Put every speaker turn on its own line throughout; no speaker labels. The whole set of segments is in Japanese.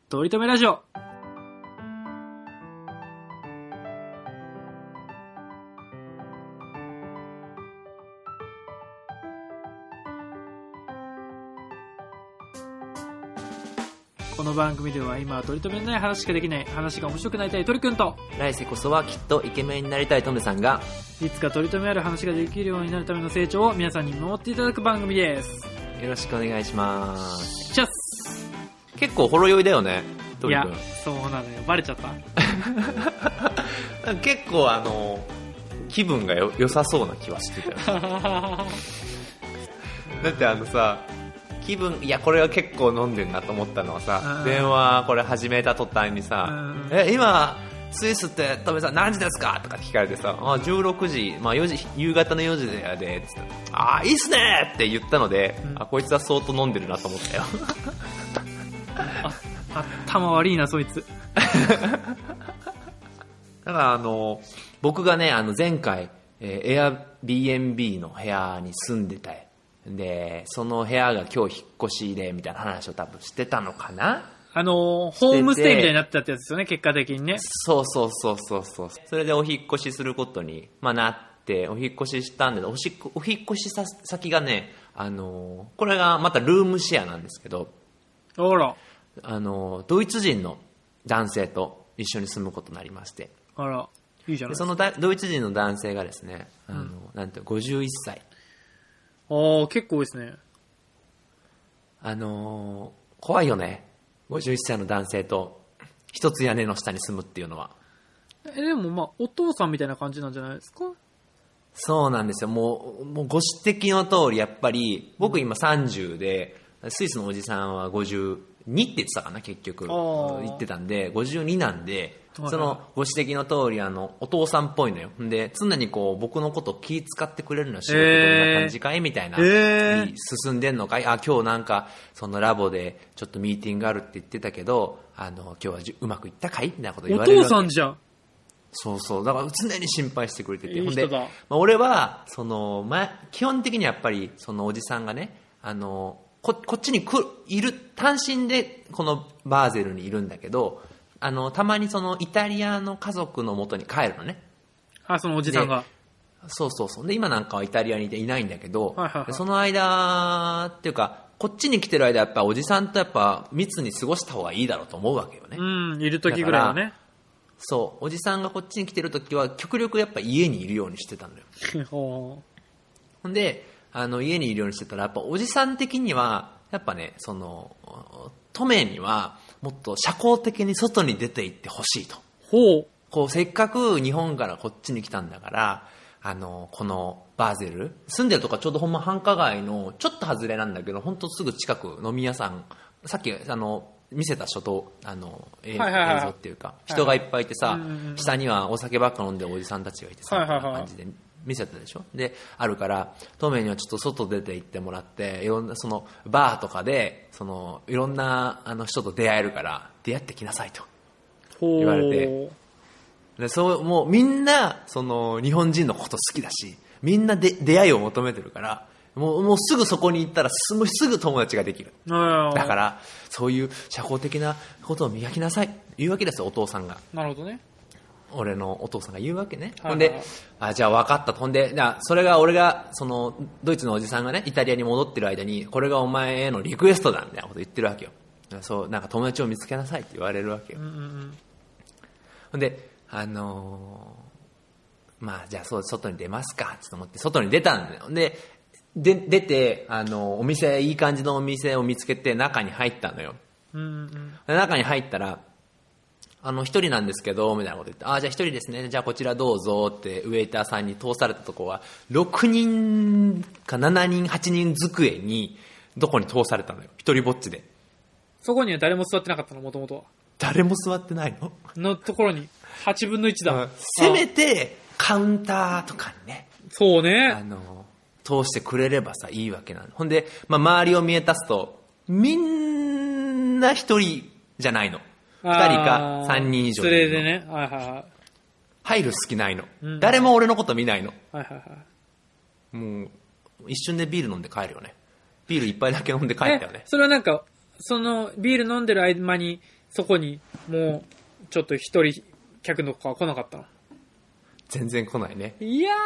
とりとめラジオ。この番組では今は取り留めのない話しかできない、話が面白くなりたい鳥くんと、
来世こそはきっとイケメンになりたいトメさんが、
いつか取り留めある話ができるようになるための成長を皆さんに見守っていただく番組です。
よろしくお願いします。
チャス。
結構ほろ酔いだよね、
いや、そうなのよ。バレちゃった。
結構気分が良さそうな気はしてたよ。だってさ、気分、いやこれは結構飲んでんなと思ったのはさ、電話これ始めた途端にさ、今スイスってトメさん何時ですかとか聞かれてさ、16時、4時、夕方の4時だよでつって、いいっすねって言ったので、こいつは相当飲んでるなと思ったよ。
頭悪いなそいつ。
だから僕がね、前回、Airbnb の部屋に住んでたよ。でその部屋が今日引っ越しでみたいな話を多分してたのかな。
ホームステイみたいになってたってやつですよね、結果的にね。
そう。それでお引っ越しすることに、なってお引っ越ししたんで、お引っ越し先がね、これがまたルームシェアなんですけど、
あら、
ドイツ人の男性と一緒に住むことになりまして、
あら、いいじゃないですか。
そのドイツ人の男性がですね、なんて51歳。
結構ですね。
怖いよね。51歳の男性と一つ屋根の下に住むっていうのは。
でもお父さんみたいな感じなんじゃないですか。
そうなんですよ。もうご指摘の通り、やっぱり僕今30で、スイスのおじさんは52って言ってたかな、結局言ってたんで52なんで、そのご指摘の通りお父さんっぽいのよ。で常にこう僕のことを気遣ってくれるの、仕事どんな感じかいみたいな、進んでんのかい、今日なんかそのラボでちょっとミーティングがあるって言ってたけど、今日はうまくいったかいみたいなこと言われるわけ。
お父さんじゃん。
そうだから常に心配してくれてて、
いい人だ。
俺は基本的にやっぱりそのおじさんがね、こっちにいる、単身でこのバーゼルにいるんだけど、たまにそのイタリアの家族の元に帰るのね。
そのおじさんが。
そうで今なんかはイタリアにいないんだけど、
はい、
その間っていうかこっちに来てる間、やっぱおじさんとやっぱ密に過ごした方がいいだろうと思うわけよね。
いる時ぐらいはね。
そう、おじさんがこっちに来てる時は極力やっぱ家にいるようにしてたのよ。ほんで家にいるようにしてたら、やっぱおじさん的にはやっぱね、トメにはもっと社交的に外に出て行ってほしいと。こうせっかく日本からこっちに来たんだから、このバーゼル住んでるとかちょうどほんま繁華街のちょっと外れなんだけど、ほんとすぐ近く飲み屋さん、さっき見せた人と映像っていうか、人がいっぱいいてさ、下にはお酒ばっか飲んでるおじさんたちがいてさ、こんな感じで見せたでしょ。であるから当面にはちょっと外出て行ってもらって、いろんなそのバーとかでいろんな人と出会えるから出会ってきなさいと言われて、でもうみんな日本人のこと好きだし、みんな出会いを求めてるから、もうすぐそこに行ったらすぐ友達ができる。だからそういう社交的なことを磨きなさい言うわけですよ、お父さんが。
なるほどね。
俺のお父さんが言うわけね。ほんでじゃあ分かった。ほんでそれが俺がドイツのおじさんがねイタリアに戻ってる間に、これがお前へのリクエストだみたいなこと言ってるわけよ。そうなんか友達を見つけなさいって言われるわけよ。ほんでじゃあ外に出ますかって思って外に出たんだよ。で出てお店、いい感じのお店を見つけて中に入ったのよ。中に入ったら一人なんですけどみたいなこと言って、じゃあ一人ですね、じゃあこちらどうぞってウェイターさんに通されたとこは6人か7人8人机にどこに通されたのよ、一人ぼっちで。
そこには誰も座ってなかったの、もともとは。
誰も座ってない
のところに8分の1だ。
せめてカウンターとかにね、
そうね、
通してくれればさいいわけなの。ほんで、周りを見渡すとみんな一人じゃないの、2人か3人以上
それでね、
入る隙ないの、誰も俺のこと見ないの、もう一瞬でビール飲んで帰るよね。ビール一杯だけ飲んで帰ったよね。
それはなんかビール飲んでる間にそこにもうちょっと一人客の子は来なかったの？
全然来ないね。
いや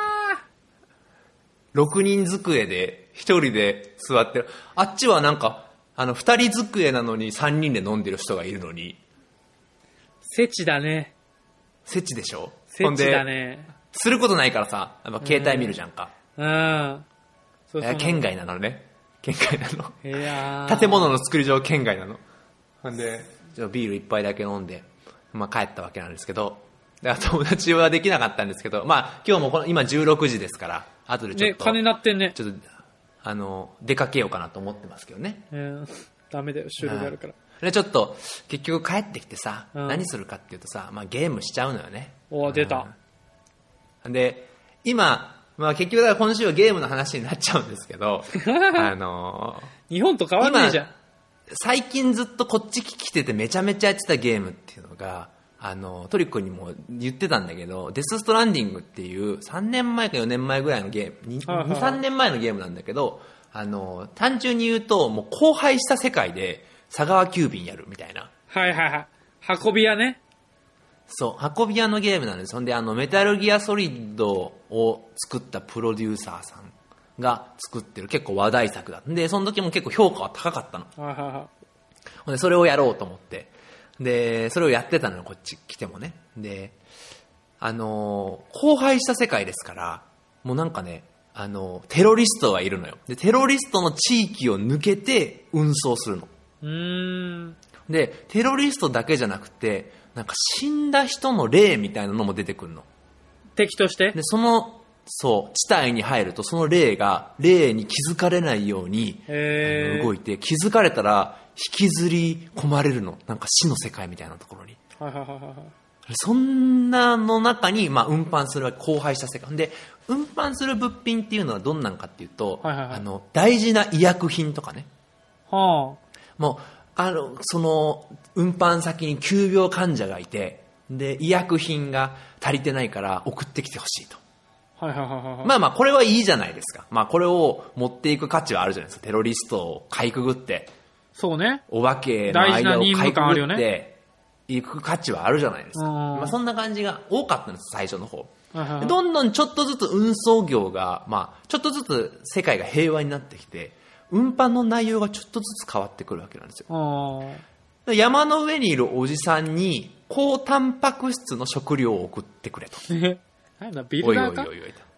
6人机で1人で座ってる。あっちはなんか2人机なのに3人で飲んでる人がいるのに。
セチだね。
セチでしょ。
セチだね。
することないからさ、やっぱ携帯見るじゃんか。
そう
県外なのね。県外なの。
いや
建物の作り上県外なの。ほんで、ビール一杯だけ飲んで、帰ったわけなんですけど、友達はできなかったんですけど、今日も今16時ですから、後でちょっと。
金鳴ってんね。
ちょっと、出かけようかなと思ってますけどね。
ダメだよ、収録あるから。
で、ちょっと、結局帰ってきてさ、何するかっていうとさ、ゲームしちゃうのよね。
出た。
で、今、結局だから今週はゲームの話になっちゃうんですけど、
日本と変わんないじゃん。
最近ずっとこっち来ててめちゃめちゃやってたゲームっていうのが、トリックにも言ってたんだけど、デスストランディングっていう3年前か4年前ぐらいのゲーム、2、3年前のゲームなんだけど、単純に言うと、もう荒廃した世界で佐川急便やるみたいな。
はいはいはい。運び屋ね。
そう、運び屋のゲームなんです。ほんで、メタルギアソリッドを作ったプロデューサーさんが作ってる結構話題作だ。で、その時も結構評価は高かったの。
はいはいはい。
ほんで、それをやろうと思って。で、それをやってたのよ、こっち来てもね。で、荒廃した世界ですから、もうなんかね、テロリストがいるのよ。で、テロリストの地域を抜けて運送するの。で、テロリストだけじゃなくて、なんか死んだ人の霊みたいなのも出てくるの。
敵として？
で、そう、地帯に入ると、その霊に気づかれないように、動いて、気づかれたら、引きずり込まれるの。なんか死の世界みたいなところに。
はいはいはいはい。
そんなの中に、運搬する荒廃した世界。で、運搬する物品っていうのはどんなんかっていうと、
はいはいはい、
大事な医薬品とかね。
は
あ。もう、その、運搬先に急病患者がいて、で、医薬品が足りてないから送ってきてほしいと。
はいはいはいはい。
これはいいじゃないですか。これを持っていく価値はあるじゃないですか。テロリストをかいくぐって。
そうね。
お化けの間をかいくぐっていく価値はあるじゃないですか。そんな感じが多かったんです、最初の方。どんどんちょっとずつ運送業が、ちょっとずつ世界が平和になってきて、運搬の内容がちょっとずつ変わってくるわけなんですよ。山の上にいるおじさんに高タンパク質の食料を送ってくれと。
なんだ、ビルダーか？
おい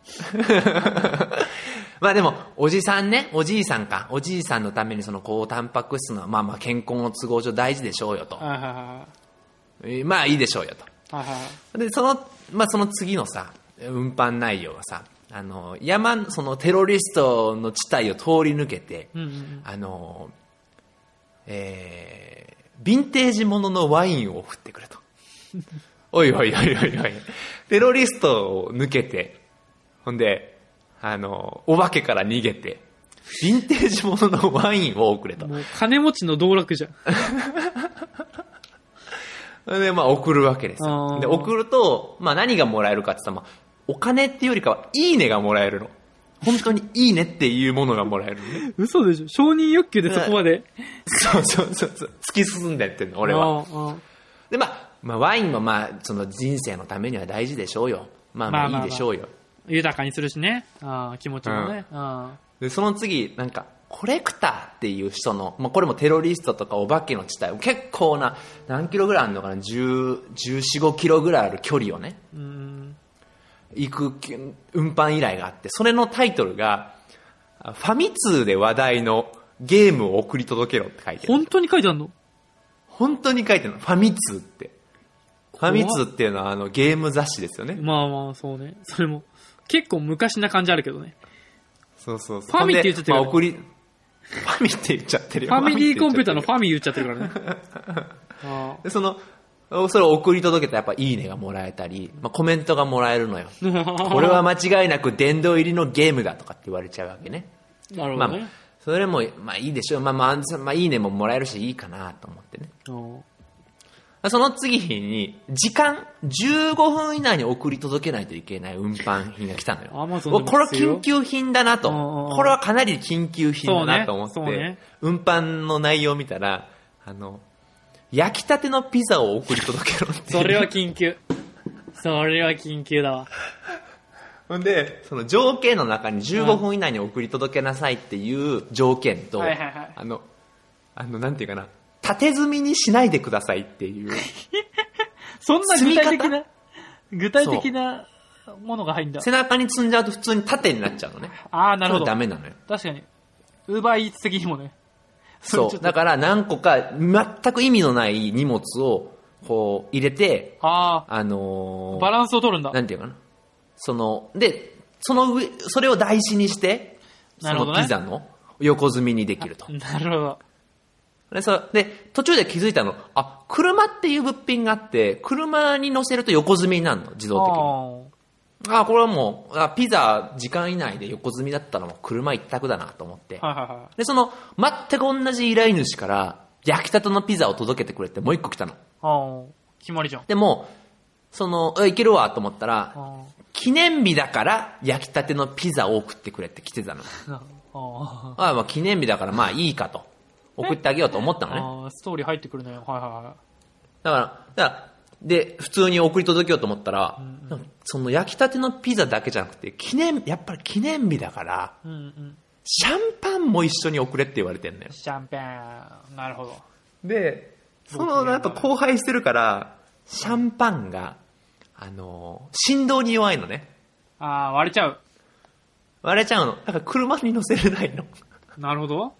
でもおじさんね、おじいさんのためにその高タンパク質の健康の都合上大事でしょうよと。いいでしょうよと。でその次のさ、運搬内容はさ、そのテロリストの地帯を通り抜けて、ヴィンテージもののワインを送ってくれと。おいテロリストを抜けて、ほんでお化けから逃げてヴィンテージもののワインを送れと。
もう金持ちの道楽じゃ
んで送るわけですよ。で送ると、何がもらえるかって言ったら、お金っていうよりかはいいねがもらえるの。本当にいいねっていうものがもらえるのね。
嘘でしょ。承認欲求でそこまで。
そう突き進んでってんの俺は。でワインもその人生のためには大事でしょうよ。いいでしょうよ。
豊かにするしね。気持ちもね。
でその次なんかコレクターっていう人の、これもテロリストとかお化けの地帯、結構な何キロぐらいあるのかな、14、15キロぐらいある距離をね、行く運搬依頼があって、それのタイトルがファミ通で話題のゲームを送り届けろって書いてる。
本当に書いてあるの？
本当に書いてるの。ファミ通って。ファミ通っていうのはゲーム雑誌ですよね。
そうね。それも結構昔な感じあるけどね。
そう。
ファミって言っちゃってる、
ファミって言っちゃってるよ。
ファミリーコンピューターのファミ言っちゃってるからね。
でそれを送り届けたらやっぱいいねがもらえたり、コメントがもらえるのよ。これは間違いなく殿堂入りのゲームだとかって言われちゃうわけね。
なるほどね。
それもいいでしょう。いいねももらえるしいいかなと思ってね。その次に時間15分以内に送り届けないといけない運搬品が来たのよ。これは緊急品だなと。これはかなり緊急品だなと思って、運搬の内容を見たら、 焼きたてのピザを送り届けろっていう。
それは緊急。それは緊急だわ。
ほんで、その条件の中に15分以内に送り届けなさいっていう条件と、
はいはいはい、
なんていうかな、縦積みにしないでくださいっていう。
そんな具体的なものが入るんだ。
背中に積んじゃうと普通に縦になっちゃうのね。
ああ、なるほど。
ダメなのよ。
確かに。ウーバーイーツ的にもね。
そう。だから何個か全く意味のない荷物をこう入れて、
バランスを取るんだ。
なんていうかな。で、それを台紙にして、そのピザの横積みにできると。
なるほど。
で、途中で気づいたの、車っていう物品があって、車に乗せると横積みになるの、自動的に。これはもう、ピザ時間以内で横積みだったらもう車一択だなと思って。
はいはいはい、
で、全く同じ依頼主から、焼きたてのピザを届けてくれってもう一個来たの。
決まりじゃん。
でも、いけるわと思ったら、記念日だから焼きたてのピザを送ってくれって来てたの。まあ記念日だからまあいいかと。送ってあげようと思ったのね。
ストーリー入ってくるね。はいはいはい。
だから、で、普通に送り届けようと思ったら、その焼きたてのピザだけじゃなくて、やっぱり記念日だから、シャンパンも一緒に送れって言われてんのよ。
シャンパン。なるほど。
で、やっぱ荒廃してるから、シャンパンが、振動に弱いのね。
割れちゃう。
割れちゃうの。だから車に乗せれないの。
なるほど。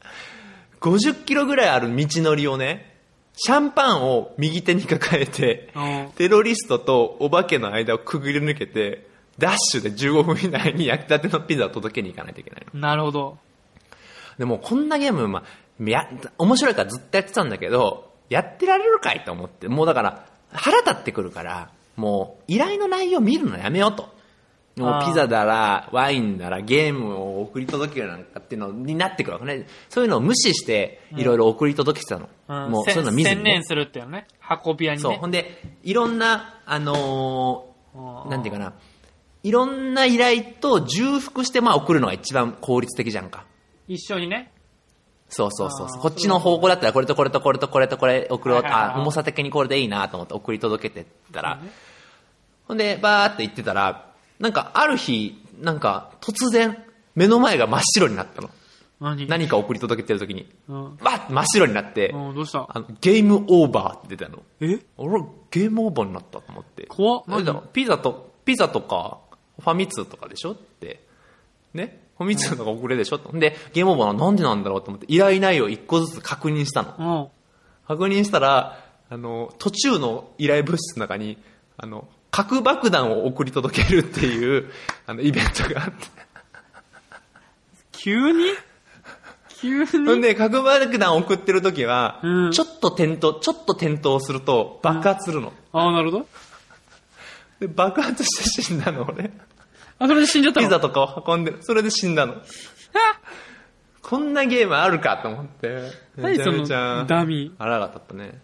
50キロぐらいある道のりをね、シャンパンを右手に抱えて、テロリストとお化けの間をくぐり抜けて、ダッシュで15分以内に焼きたてのピザを届けに行かないといけないの。
なるほど。
でもこんなゲーム、面白いからずっとやってたんだけど、やってられるかいと思って、もうだから腹立ってくるから、もう依頼の内容見るのやめようと。もうピザだら、ワインだら、ゲームを送り届けるなんかっていうのになってくるわけね。そういうのを無視して、いろいろ送り届けてたの。もうそういうの見ずに、ね。
専念するっていうね。運び屋にね。
そう。ほんで、いろんな、なんていうかな。いろんな依頼と重複して送るのが一番効率的じゃんか。
一緒にね。
そう。こっちの方向だったらこれとこれとこれとこれとこれ送ろう。重さ的にこれでいいなと思って送り届けてったら。ほんで、バーって言ってたら、なんかある日、なんか突然目の前が真っ白になったの。何か送り届けてる時に。バッて真っ白になって、
どうした
ゲームオーバーって出たの。俺ゲームオーバーになったと思って。
怖っ。
何だろう、ピザとか、ファミ通とかでしょって。ね、ファミ通とか送れでしょで、ゲームオーバーはなんでなんだろうと思って、依頼内容一個ずつ確認したの。確認したら、途中の依頼物質の中に、核爆弾を送り届けるっていう、イベントがあって。
急に
ほんで、核爆弾を送ってる時は、ちょっと点灯すると爆発するの。
なるほど。
で、爆発して死んだの、俺。
それで死んじゃったの？
ピザとかを運んでる。それで死んだの。こんなゲームあるかと思って。
何そのダミー。
腹が立ったね。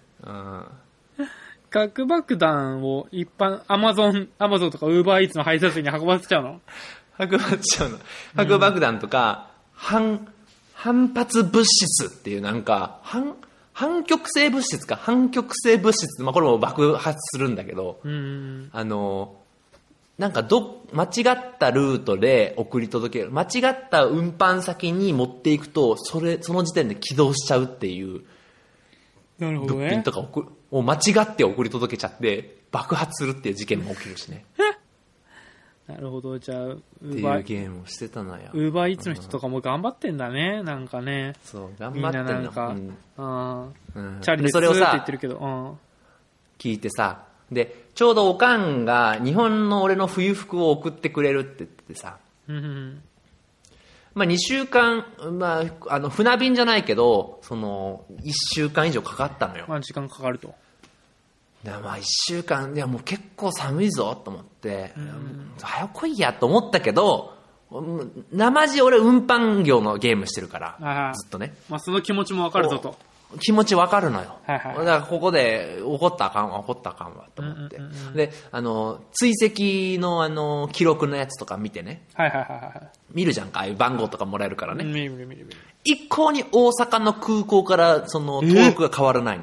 核爆弾を一般、アマゾンとかウーバーイーツの配達員に運ばせちゃうの？
運ばせちゃうの。核爆弾とか、反発物質っていうなんか、反極性物質か、反極性物質。これも爆発するんだけど、なんか間違ったルートで送り届ける。間違った運搬先に持っていくと、その時点で起動しちゃうっていう。
なるほどね。
物品とかを間違って送り届けちゃって爆発するっていう事件も起きるしね。
なるほど。じゃあ
っていうゲームをしてたのよ。
ウーバーイーツの人とかも頑張ってんだね。なんかね。
そう頑張ってんの。みんななんか、
チャリですって言ってるけど、
聞いてさ、でちょうどおかんが日本の俺の冬服を送ってくれるって言ってさ。2週間、船便じゃないけど、1週間以上かかったのよ。
時間かかると。
1週間、いやもう結構寒いぞと思って、早く来いやと思ったけど、生地俺運搬業のゲームしてるから、ずっとね。
その気持ちもわかるぞと。
気持ちわかるのよ。
だ
からここで怒ったらあかんわと思って。で、追跡の記録のやつとか見てね。見るじゃんか、ああいう番号とかもらえるからね。
見る。
一向に大阪の空港からその登録が変わらないの。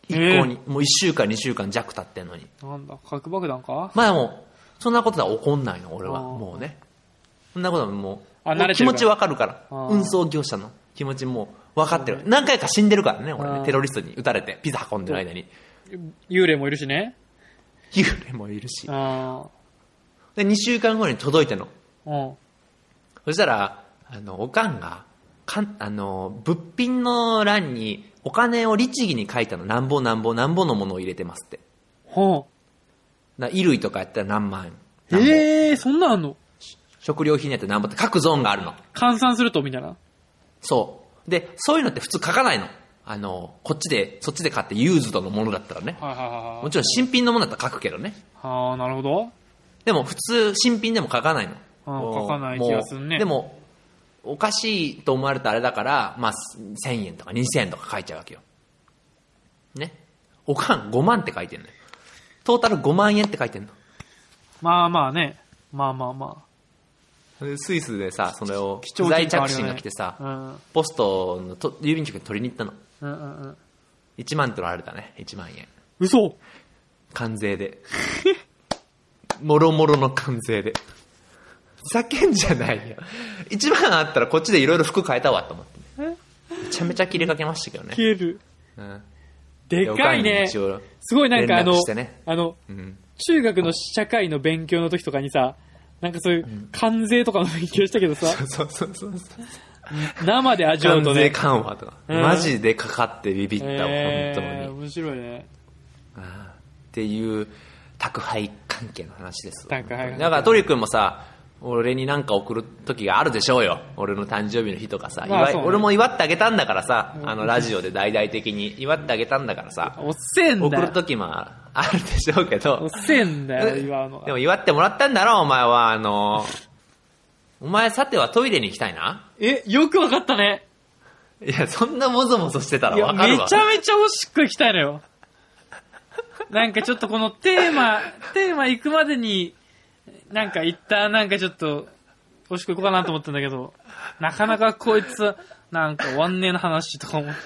一向に。もう1週間2週間弱経ってんのに。
なんだ、核爆弾か？
まあもう、そんなことは起こんないの、俺は。もうね。そんなことはもう、
慣れてるから
気持ちわかるから。運送業者の気持ちも分かってる。何回か死んでるからね、俺ね。テロリストに撃たれて、ピザ運んでる間に。
幽霊もいるしね。
幽霊もいるし。で、2週間後に届いてんの。そしたら、おかんが、物品の欄にお金を律儀に書いたの。なんぼのものを入れてますって。衣類とかやったら何万円。
そんなんあんの？
食料品やったら何ぼって各ゾーンがあるの。
換算するとみたいな。
そう。で、そういうのって普通書かないの。そっちで買ってユーズドのものだったらね。もちろん新品のものだったら書くけどね。
なるほど。
でも普通新品でも書かないの。
書かない気がするね。
でも、おかしいと思われたらあれだから、まあ、1000円とか2000円とか書いちゃうわけよ。ね。おかん5万って書いてんのよ。トータル5万円って書いてんの。
まあまあね。まあ。
スイスでさ、それを、不在着信が来てさ、ポストの郵便局に取りに行ったの。1万取られたね、1万円。
嘘？
関税で。もろもろの関税で。叫んじゃないよ。1万あったらこっちでいろいろ服変えたわと思って、ね。めちゃめちゃ切れかけましたけどね。
切れる。でかいね。すごいなんか中学の社会の勉強の時とかにさ、なんかそういう関税とかの勉強したけどさ、
そう
生で味わうとね。
関税緩和とか。マジでかかってビビったわ、本当に。
面白いね。
っていう宅配関係の話です。
宅配。
だからトリ君もさ、俺になんか送る時があるでしょうよ。俺の誕生日の日とかさ、俺も祝ってあげたんだからさ、ラジオで大々的に祝ってあげたんだからさ、
おっせんだよ。
送る時もあるでしょうけど、
おっせんだよ、祝うのは。
でも祝ってもらったんだろ、お前は。お前さてはトイレに行きたいな。
よくわかったね。
いや、そんなもぞもぞしてたらわかるわ。
めちゃめちゃおしっこ行きたいのよ。なんかちょっとこのテーマ行くまでに、なんか一旦なんかちょっと、おしっこ行こうかなと思ったんだけど、なかなかこいつ、なんか終わんねえな話とか思って、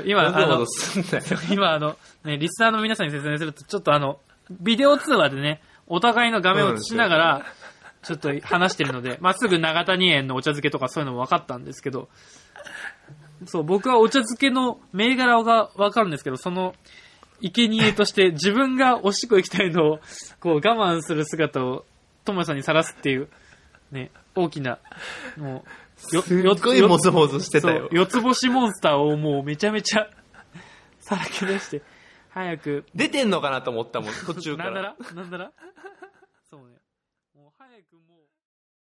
今、ね、リスナーの皆さんに説明すると、ちょっとビデオ通話でね、お互いの画面を映しながら、ちょっと話してるので、まあ、すぐ長谷園のお茶漬けとかそういうのも分かったんですけど、そう、僕はお茶漬けの銘柄が分かるんですけど、その、生贄として自分がおしっこ行きたいのを、こう我慢する姿を、ともさんにさらすっていう、ね、大きな、もう、
すっごいもぞもぞしてたよ。
四つ星モンスターをもうめちゃめちゃ、さらけ出して、早く。
出てんのかなと思ったもん、途中から。
なんだらそうね。もう早くもう。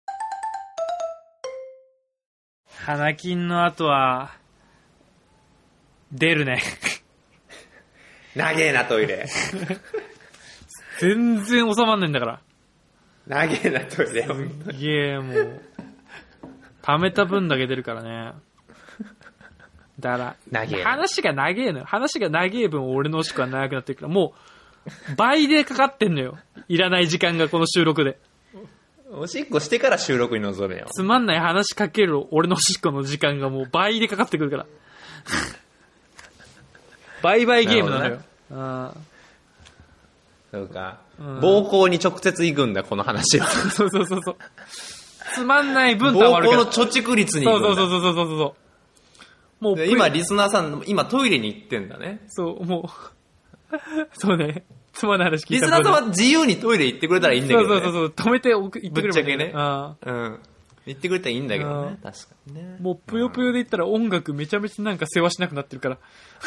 花金の後は、出るね。
長えな、トイレ。
全然収まんないんだから。
長えな、トイレ。
すげえ、もう。溜めた分だけ出るからね。だから、話が長えのよ。話が長え分俺のおしっこは長くなってるから、もう、倍でかかってんのよ。いらない時間がこの収録で。
おしっこしてから収録に臨めよ。
つまんない話かける俺のおしっこの時間がもう倍でかかってくるから。倍々ゲームなのよ。
そうか。膀胱に直接行くんだ、この話は。
そう。つまんない分たまるから。
膀胱の貯蓄率に行くんだ。
そう。
もう今リスナーさん、今トイレに行ってんだね。
そう、もう。そうね。つまんない話聞いた。
リスナーさんは自由にトイレ行ってくれたらいいんだけどね。
そう。止めて行ってくれる。
ぶっちゃけね。行ってくれたらいいんだけどね。確かにね。
もうぷよぷよで言ったら音楽めちゃめちゃなんか世話しなくなってるから。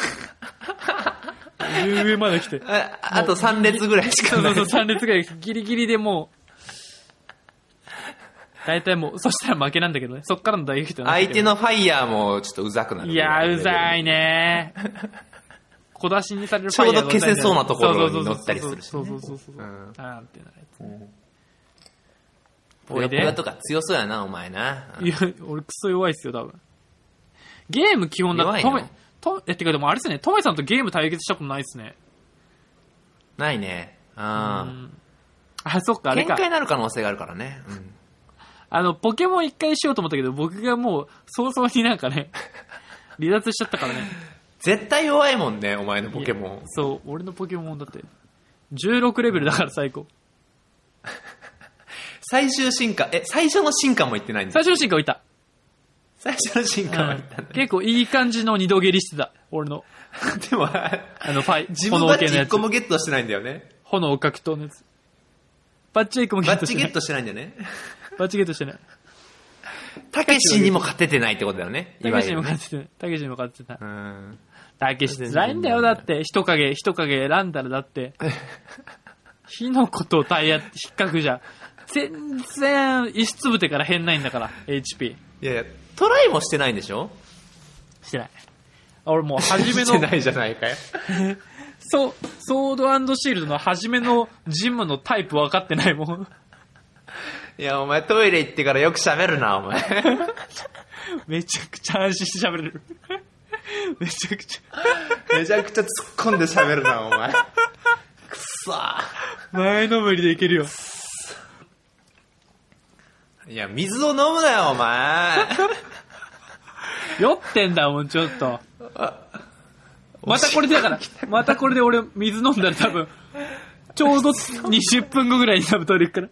上まで来て。
あと3列ぐらいしかない。
そう、3列ぐらい。ギリギリでもう、大体もう、そしたら負けなんだけどね。そっからの大撃って
相手のファイヤーもちょっとうざくなる。
いや、うざいね。小出しにされるファイヤー
ちょうど消せそうなところに乗ったりするし、ね。
そう。あーってなるやつ。
ぷよぷよとか強そうやな、お前な。
いや、俺クソ弱いっすよ、多分。ゲーム基本だと、てかでもあれっすね、トメさんとゲーム対決したことないっすね。
ないね。あ、
そっか、あれか。
喧嘩になる可能性があるからね。
ポケモン一回しようと思ったけど、僕がもう、早々になんかね、離脱しちゃったからね。
絶対弱いもんね、お前のポケモン。
そう、俺のポケモンだって。16レベルだから最高。
最終進化、最初の進化もいってないんだ。
最初の進化をいた。
最初の進化もいったんだ。
結構いい感じの二度蹴りしてた、俺の。
でも、自分バッチ1個もゲットしてないんだよね。
炎格闘のやつ。バッチ1個もゲットしてない。
バッチゲットしてないんだよね。
バッチゲットしてない。
たけしにも勝ててないってことだよね。
たけしにも勝ててない。たけしにも勝ててない。たけし辛いんだよ、だって。人影選んだらだって。火の粉とタイヤ引っかくじゃん。全然、石つぶてから減んないんだから、HP。
いやいや、トライもしてないんでしょ？
してない。俺もう初めの。
してないじゃないかよ。
ソード&シールドの初めのジムのタイプ分かってないもん。
いや、お前トイレ行ってからよく喋るな、お前。
めちゃくちゃ安心して喋れる。めちゃくち
ゃ突っ込んで喋るな、お前。くそ
ー。前のめりでいけるよ。
いや、水を飲むなよ、お前。
酔ってんだもん、ちょっと。またこれでだから、またこれで俺水飲んだら多分、ちょうど20分後ぐらいに多分トイレ行くから。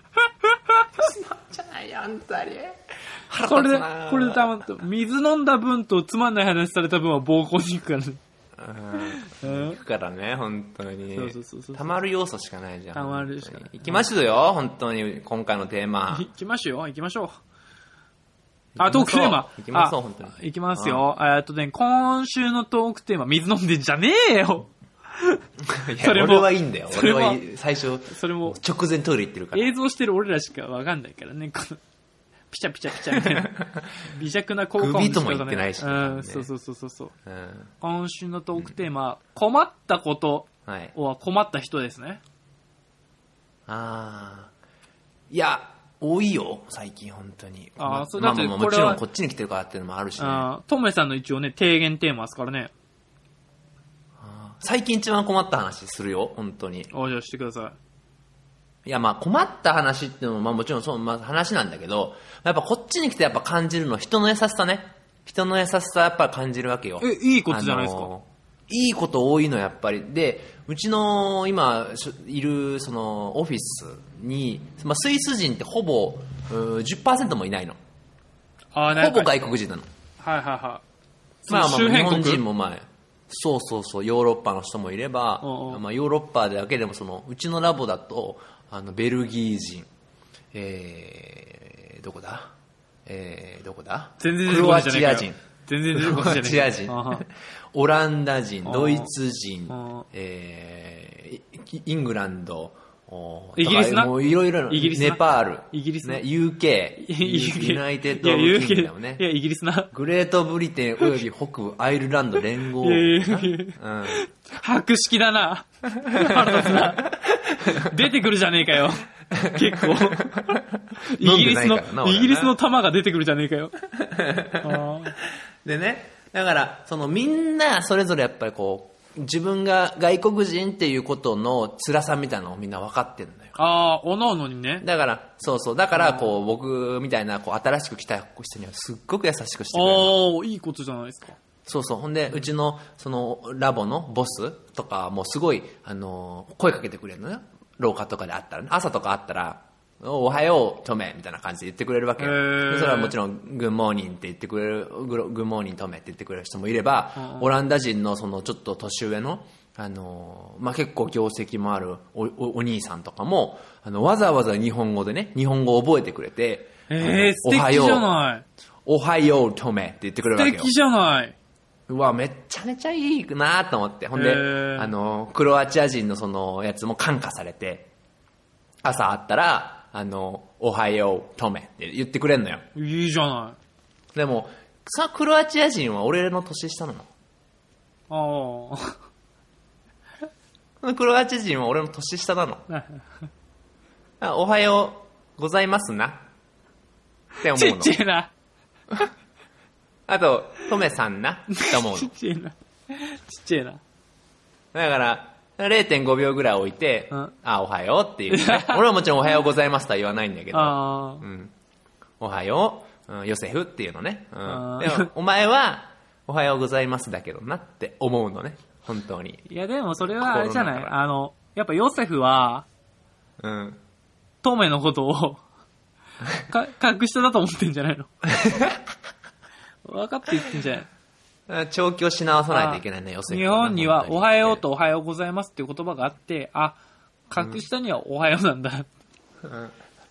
じゃないよ、あんたに。
これでたまった水飲んだ分とつまんない話された分は暴行に行くからね。
行くからね、本当に。
そう。
たまる要素しかないじゃん。
たまるしかない。
行きましょうよ、本当に、今回のテーマ。
行きましょう。トークテーマ。
行きましょう、本当に。
行きますよ。今週のトークテーマ、水飲んでんじゃねえよ。
それも俺はいいんだよ。俺は最初、
それも
直前トイレ行ってるから。
映像してる俺らしかわかんないからね。このピチャピチャピチャみたいな。微弱な効果音しか
首とも言ってないし。
そう。今週のトークテーマ、困ったことは困った人ですね。
いや、多いよ、最近本当に。
それだって
もちろんこっちに来てるからっていうのもあるしね。
トメさんの一応ね、提言テーマですからね。
最近一番困った話するよ、本当に。
じゃあしてくださ
い。いや、困った話っていうのももちろん話なんだけど、やっぱこっちに来てやっぱ感じるのは人の優しさね。人の優しさやっぱり感じるわけよ。
いいことじゃないですか。
いいこと多いのやっぱり。で、うちの今いるそのオフィスに、スイス人ってほぼ 10% もいないの。ほぼ外国人なの。日本人もそう、ヨーロッパの人もいれば、ヨーロッパだけでもうちのラボだと、ベルギー人、どこだ
全然
クロアチア人。
全然出てこないじゃないか。
オランダ人、ドイツ人、イングランド、
イギリスな。
もういろいろネパール、
イギリス
ね、UK、ユナイテッドキングダムね。
いや、イギリスな。
グレートブリテンおよび北部アイルランド連合。
博識だな。出てくるじゃねえかよ。結構。イギリスの玉が出てくるじゃねえかよ。
でね、だからみんなそれぞれやっぱり自分が外国人っていうことの辛さみたいなのをみんな分かってるんだよ。
おのおのにね。
だからだから僕みたいな新しく来た人にはすっごく優しくしてくれる。
いいことじゃないですか。
ほんでうちのラボのボスとかもすごい声かけてくれるのよ。廊下とかで会ったらね、朝とか会ったらおはようトメみたいな感じで言ってくれるわけよ。それはもちろんグッモーニンって言ってくれる、グッモーニントメって言ってくれる人もいれば、オランダ人のちょっと年上の結構業績もあるお兄さんとかもわざわざ日本語でね、日本語を覚えてくれて、
素敵じゃない。
おはようトメって言ってくれるわけよ。
素敵じゃない。
うわ、めっちゃめちゃいいなと思って。ほんでクロアチア人のやつも感化されて、朝会ったらおはようトメって言ってくれんのよ。
いいじゃない。
でもクロアチア人は俺の年下なの。クロアチア人は俺の年下なの。おはようございますなって思うの。
ちっちゃいな。
あとトメさんなって思うの。
ちっちゃいな。
だから0.5 秒ぐらい置いて、おはようっていう、ね。俺はもちろんおはようございますとは言わないんだけど、おはよう、ヨセフっていうのね。でもお前は、 おはようございますだけどなって思うのね、本当に。
いやでもそれはあれじゃない、やっぱヨセフは、
うん。
トメのことを、格下だと思ってんじゃないの分かって言ってんじゃない。
調教し直さないといけないね、ヨセフ。
日本にはおはようとおはようございますっていう言葉があって、あ、格下にはおはようなんだ。うん。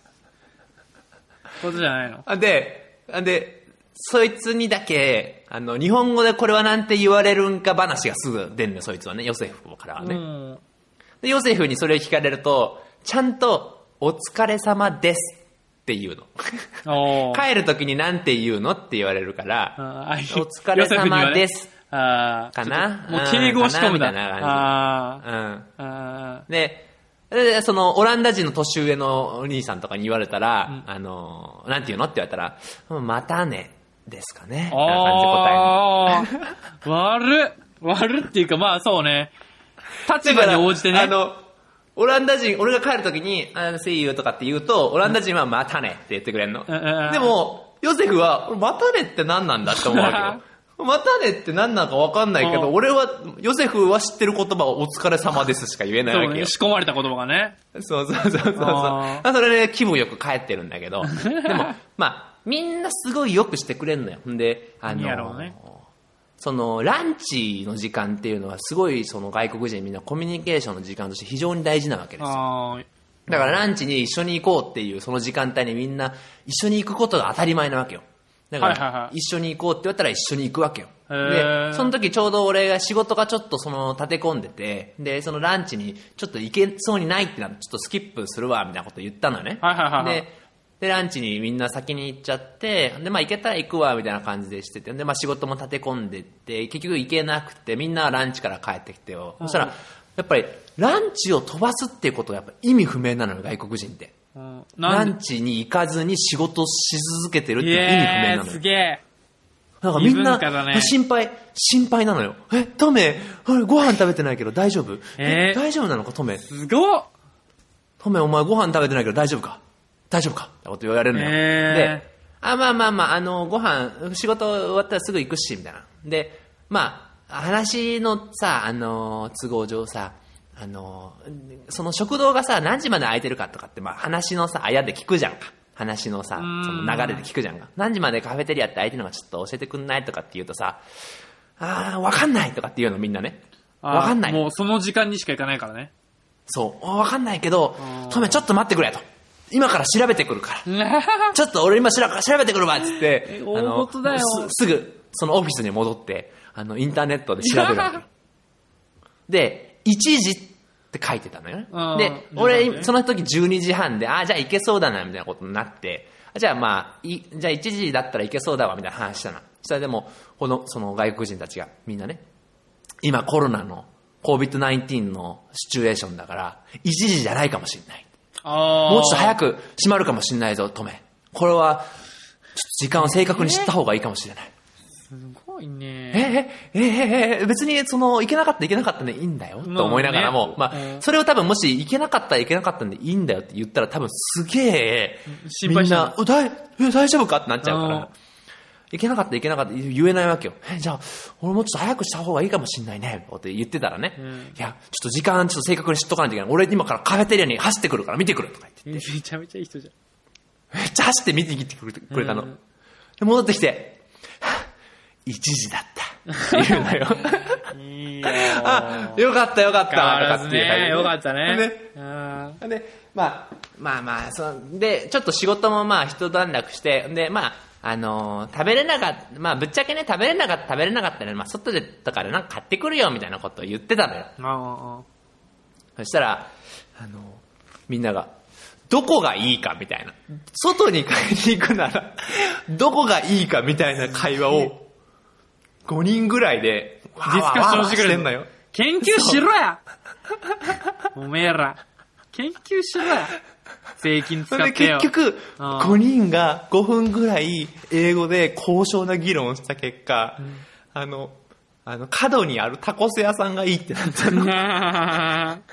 ことじゃないの。
で、そいつにだけ、日本語でこれはなんて言われるんか話がすぐ出るの、そいつはね、ヨセフからはね。うん、で、ヨセフにそれを聞かれると、ちゃんと、お疲れ様ですって言うの。帰るときになんて言うのって言われるから、お疲れ様です。かな、
もう敬語を仕込むだ。
みたいな感じ。で、その、オランダ人の年上のお兄さんとかに言われたら、なんて言うのって言われたら、またね、ですかね。みたいな感じで答える。
悪っていうか、まあそうね。立場に応じてね。
オランダ人、俺が帰るときに、See you とかって言うと、オランダ人はまたねって言ってくれるの。でも、ヨセフは、またねって何なんだって思うわけよ。またねって何なのか分かんないけど、俺は、ヨセフは知ってる言葉はお疲れ様ですしか言えないわけよ。
そうね、仕込まれた言葉がね。
そう。それね、気分よく帰ってるんだけど、でも、まあ、みんなすごいよくしてくれるのよ。んで、そのランチの時間っていうのはすごいその外国人みんなコミュニケーションの時間として非常に大事なわけですよ。だからランチに一緒に行こうっていうその時間帯にみんな一緒に行くことが当たり前なわけよ。だから一緒に行こうって言ったら一緒に行くわけよ。で、その時ちょうど俺が仕事がちょっとその立て込んでて、で、そのランチにちょっと行けそうにないってなってちょっとスキップするわみたいなこと言ったのよね。で、ランチにみんな先に行っちゃって、で、まあ行けたら行くわ、みたいな感じでしてて、で、まあ仕事も立て込んでって、結局行けなくて、みんなランチから帰ってきてよ。そしたら、やっぱり、ランチを飛ばすっていうことはやっぱ意味不明なのよ、外国人って。ランチに行かずに仕事し続けてるっていう意味不明なのよ。
すげえ。
なんかみんな、心配なのよ。トメ、ご飯食べてないけど大丈夫？大丈夫なのか、トメ。
すごっ！
トメ、お前ご飯食べてないけど大丈夫かってこと言われるのよ。で、まあ、ご飯、仕事終わったらすぐ行くし、みたいな。で、まあ、話のさ、都合上さ、その食堂がさ、何時まで空いてるかとかって、まあ、話のさ、あやで聞くじゃんか。話のさ、その流れで聞くじゃんか。何時までカフェテリアって空いてるのかちょっと教えてくんないとかって言うとさ、わかんないとかって言うのみんなね。わかんない。
もうその時間にしか行かないからね。
そう、わかんないけど、トメちょっと待ってくれと。今から調べてくるから。ちょっと俺今調べてくるわっつって、すぐそのオフィスに戻って、インターネットで調べるわけ。で、1時って書いてたのよね。で、俺、その時12時半で、じゃあ行けそうだな、みたいなことになって、じゃあまあ、じゃあ1時だったら行けそうだわ、みたいな話したな。それでも、その外国人たちがみんなね、今コロナの COVID-19 のシチュエーションだから、1時じゃないかもしれない。もうちょっと早く閉まるかもしれないぞ、トメ。これは、ちょっと時間を正確に知った方がいいかもしれない。
すごいね。
別に、行けなかったんでいいんだよ、と思いながらも、まあ、それを多分もし行けなかったんでいいんだよって言ったら多分すげえ、
心配した
みんな、大丈夫かってなっちゃうから。行けなかった言えないわけよ。じゃあ、俺もちょっと早くした方がいいかもしんないね、って言ってたらね。いや、ちょっと時間ちょっと正確に知っとかないといけない。俺今からカフェテリアに走ってくるから見てくるとか言って。
めちゃめちゃいい人じゃん。
めっちゃ走って見てきてくれたの。で戻ってきて、1時だったって言うのよ。
いいよ。
よかった。
よかったね。
で、まあ、で、ちょっと仕事もまあ一段落して、で、まあ、食べれなかった、まあぶっちゃけね、食べれなかったら、まあ外でとかでなんか買ってくるよみたいなことを言ってたのよ。そしたら、みんなが、どこがいいかみたいな。外に買いに行くなら、どこがいいかみたいな会話を、5人ぐらいで、
ディスカッションしてくれるのよ。研究しろやおめえら。研究しろや。税金使ってよ。
で結局、5人が5分ぐらい英語で高尚な議論をした結果、角にあるタコス屋さんがいいってなったの。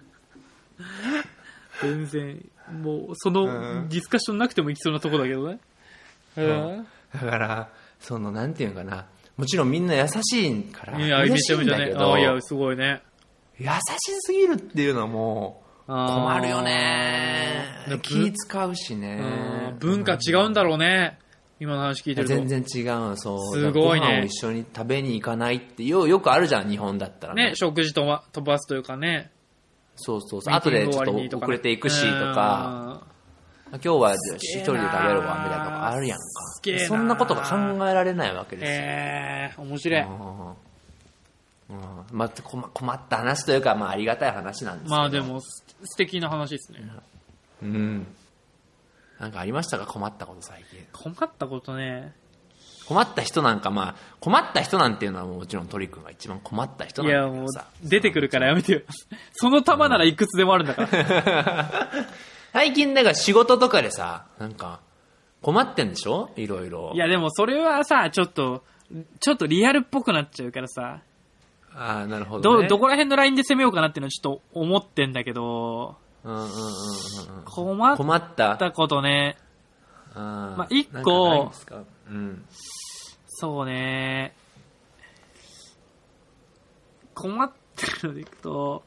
全然、もう、そのディスカッションなくてもいきそうなとこだけどね。
だから、なんていうのかな、 もちろんみんな優しいから
いや、め
嬉しい
ちゃめちゃね。
んだけど、
いや、すごいね。
優しすぎるっていうのはもう困るよね。気使うしね。
文化違うんだろうね。今の話聞いてると。
全然違う。そう。
すごいね。
ご飯を一緒に食べに行かないってよくあるじゃん、日本だったら
ね。食事飛ばすというかね。
そうそうそう。後でちょっと遅れていくしとか、今日は一人で食べるわみたいなとかあるやんか。そんなことが考えられないわけですよ。
面白い。
まあ、困った話というか、まあ、ありがたい話なんですけど。
まあでも素敵な話ですね。
うん。なんかありましたか、困ったこと最近。
困ったことね。
困った人なんか、まあ困った人なんていうのはもちろん鳥くんが一番困った人なんだけどさ。
いやもう出てくるからやめてよ。その玉ならいくつでもあるんだから。
最近だから仕事とかでさ、なんか困ってんでしょ、いろいろ。
いやでもそれはさ、ちょっとリアルっぽくなっちゃうからさ。
ああ、なるほど、ね。
どこら辺のラインで攻めようかなっていうのはちょっと思ってんだけど。困ったことね。まあ一個、
うん、
そうね。困ってるのでいくと、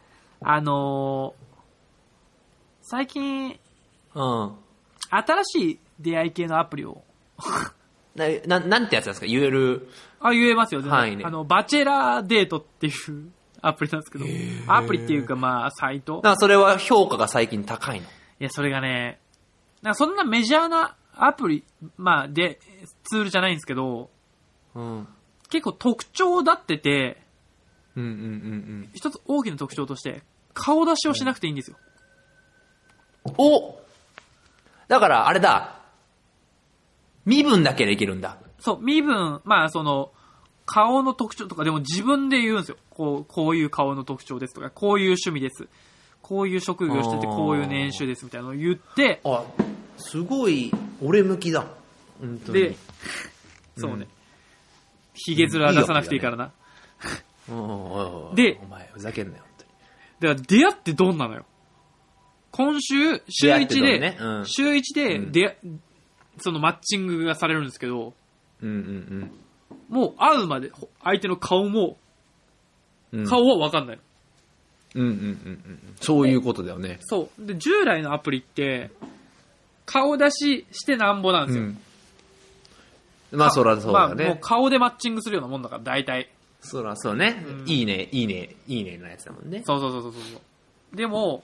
最近、新しい出会い系のアプリを
なんてやつですか、言える？
言えますよ、
はいね。
バチェラーデートっていうアプリなんですけど、アプリっていうかまあ、サイト。
それは評価が最近高いの？
いや、それがね、そんなメジャーなアプリ、まあ、ツールじゃないんですけど、結構特徴立ってて、一つ大きな特徴として、顔出しをしなくていいんですよ。
だから、あれだ。身分だけでいけるんだ。
そう、身分、まあ、顔の特徴とか、でも自分で言うんですよ。こういう顔の特徴ですとか、こういう趣味です。こういう職業してて、こういう年収ですみたいなのを言って、
すごい、俺向きだ。本当に。
で、そうね。ヒゲ面は出さなくていいからな。で、
お前、ふざけんなよ、本当に。
だから、出会ってどんなのよ。今週、週1で、そのマッチングがされるんですけど、もう会うまで、相手の顔も、顔は分かんないの。
そういうことだよね。
そう。で、従来のアプリって、顔出ししてなんぼなんですよ。
まあ、そらそうだね。
もう顔でマッチングするようなもんだから、大体。
そらそうね。いいねのやつだもんね。
そう。でも、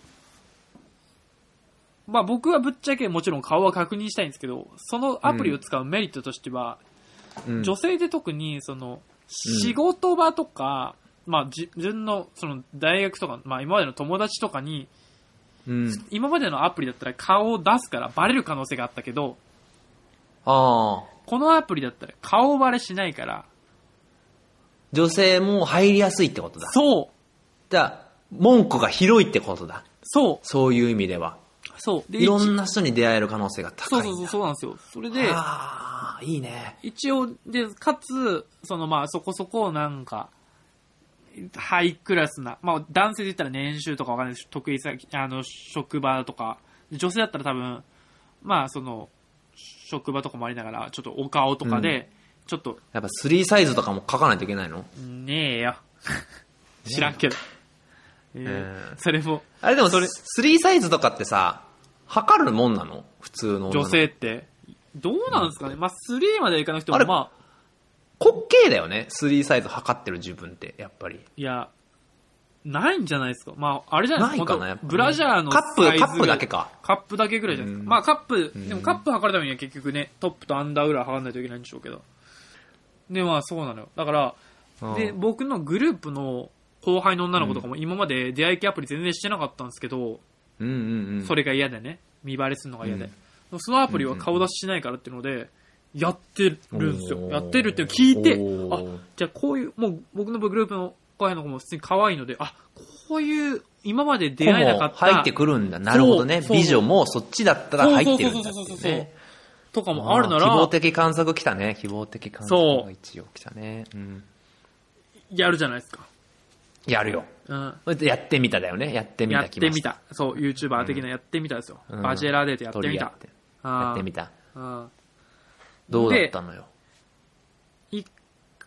まあ僕はぶっちゃけもちろん顔は確認したいんですけど、そのアプリを使うメリットとしては、女性で特に仕事場とか、まあ自分の大学とか、まあ今までの友達とかに、今までのアプリだったら顔を出すからバレる可能性があったけど、このアプリだったら顔バレしないから、
女性も入りやすいってことだ。
そう。
じゃあ、門戸が広いってことだ。そういう意味では。
で
いろんな人に出会える可能性が高いんだ。
そうなんですよ。それで、
いいね。
一応、で、かつ、まあそこそこなんか、ハイクラスな、まあ男性で言ったら年収とかわかんないです。得意先、職場とか、女性だったら多分、まあ職場とかもありながら、ちょっとお顔とかで、ちょっと。
やっぱ3サイズとかも書かないといけないの？
ねえよ。知らんけど。それも。
あれでも3サイズとかってさ、測るもんなの？普通の
女性って。どうなんですかね。まあ3まではいかなくても、まあ。
滑稽だよね。3サイズ測ってる自分って、やっぱり。
いや、ないんじゃないですか。まあ、あれじゃないですか。
ないかな、やっぱ。
ブラジャーのサイズ。
カップだけか。
カップだけぐらいじゃないですか。まあカップ、でもカップ測るためには結局ね、トップとアンダーぐらい測らないといけないんでしょうけど。で、まあそうなのよ。だから、で、僕のグループの後輩の女の子とかも今まで出会い系アプリ全然してなかったんですけど、それが嫌でね、見バレするのが嫌で。そのアプリは顔出ししないからっていうので、やってるんですよ。やってるっていうのを聞いて、じゃあこういう、もう僕のグループの後輩の子も普通に可愛いので、こういう、今まで出会えなかった。
入ってくるんだ。なるほどね。美女もそっちだったら入ってるんだってね。
とかもあるなら。
希望的観測来たね。希望的観測が一応来たね。
やるじゃないですか。
やるよ。やってみただよね。やってみた。
そう、YouTuber 的なやってみたですよ。バチェラーデートやってみた。
やってみた。どうだったのよ。
一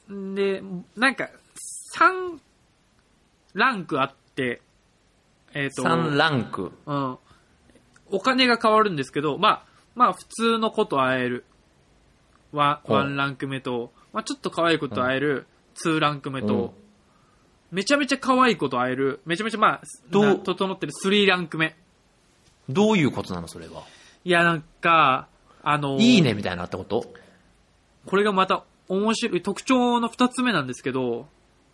で、なんか、3ランクあって、
3ランク。
うん。お金が変わるんですけど、まあ、普通の子と会える。ワンランク目と、まあ、ちょっと可愛い子と会える、2ランク目と、めちゃめちゃ可愛い子と会える、めちゃめちゃまあ、整ってる3ランク目。
どういうことなのそれは。
いや、なんか、
いいねみたいなってこと？
これがまた面白い、特徴の2つ目なんですけど、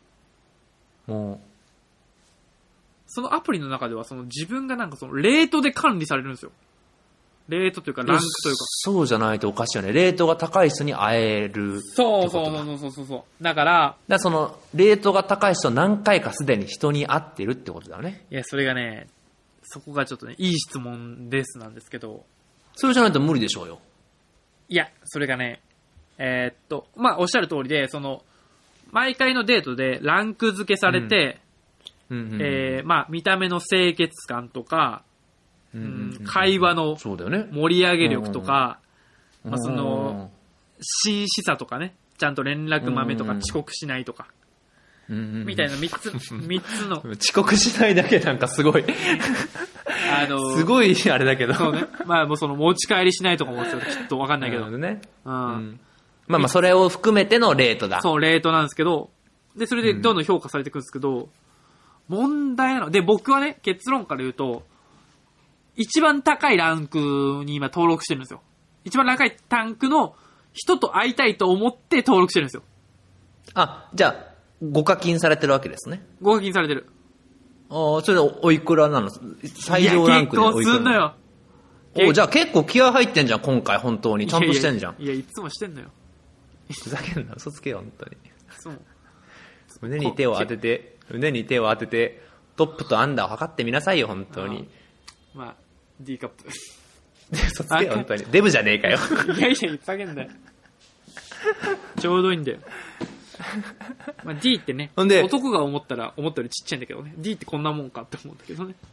そのアプリの中では、その自分がなんかそのレートで管理されるんですよ。レートというかランクというか。
そうじゃないとおかしいよね。レートが高い人に会える。
そう。だから、
その、レートが高い人何回かすでに人に会ってるってことだよね。
いや、それがね、そこがちょっとね、いい質問ですなんですけど。
それじゃないと無理でしょうよ。
いや、それがね、まあ、おっしゃる通りで、その、毎回のデートでランク付けされて、まあ、見た目の清潔感とか、会話の盛り上げ力とか、まあ、その、真摯さとかね、ちゃんと連絡豆とか遅刻しないとか、みたいな3つの。
遅刻しないだけなんかすごい。すごいあれだけど。
そうね。まあもうその持ち帰りしないとかもちょっとわかんないけど。
ね。まあそれを含めてのレートだ。
そう、レートなんですけど、で、それでどんどん評価されていくんですけど、問題なの。で、僕はね、結論から言うと、一番高いランクに今登録してるんですよ。一番高いタンクの人と会いたいと思って登録してるんですよ。
あ、じゃあ、ご課金されてるわけですね。
ご課金されてる。
ああ、それでおいくらなの？最上ランクでおいくら？
結構すんのよ。
じゃあ結構気合入ってんじゃん、今回本当に。ちゃんとしてんじゃん。
いや、いつもしてんのよ。
ふざけんな、嘘つけよ、本当に。
そう。
胸に手を当てて、トップとアンダーを測ってみなさいよ、本当に。
まあ、D カップ。
嘘つけよ、本当に。デブじゃねえかよ。
いや、ふざけんなよ。ちょうどいいんだよ。まあ、D ってね、男が思ったよりちっちゃいんだけどね。D ってこんなもんかって思うんだけどね。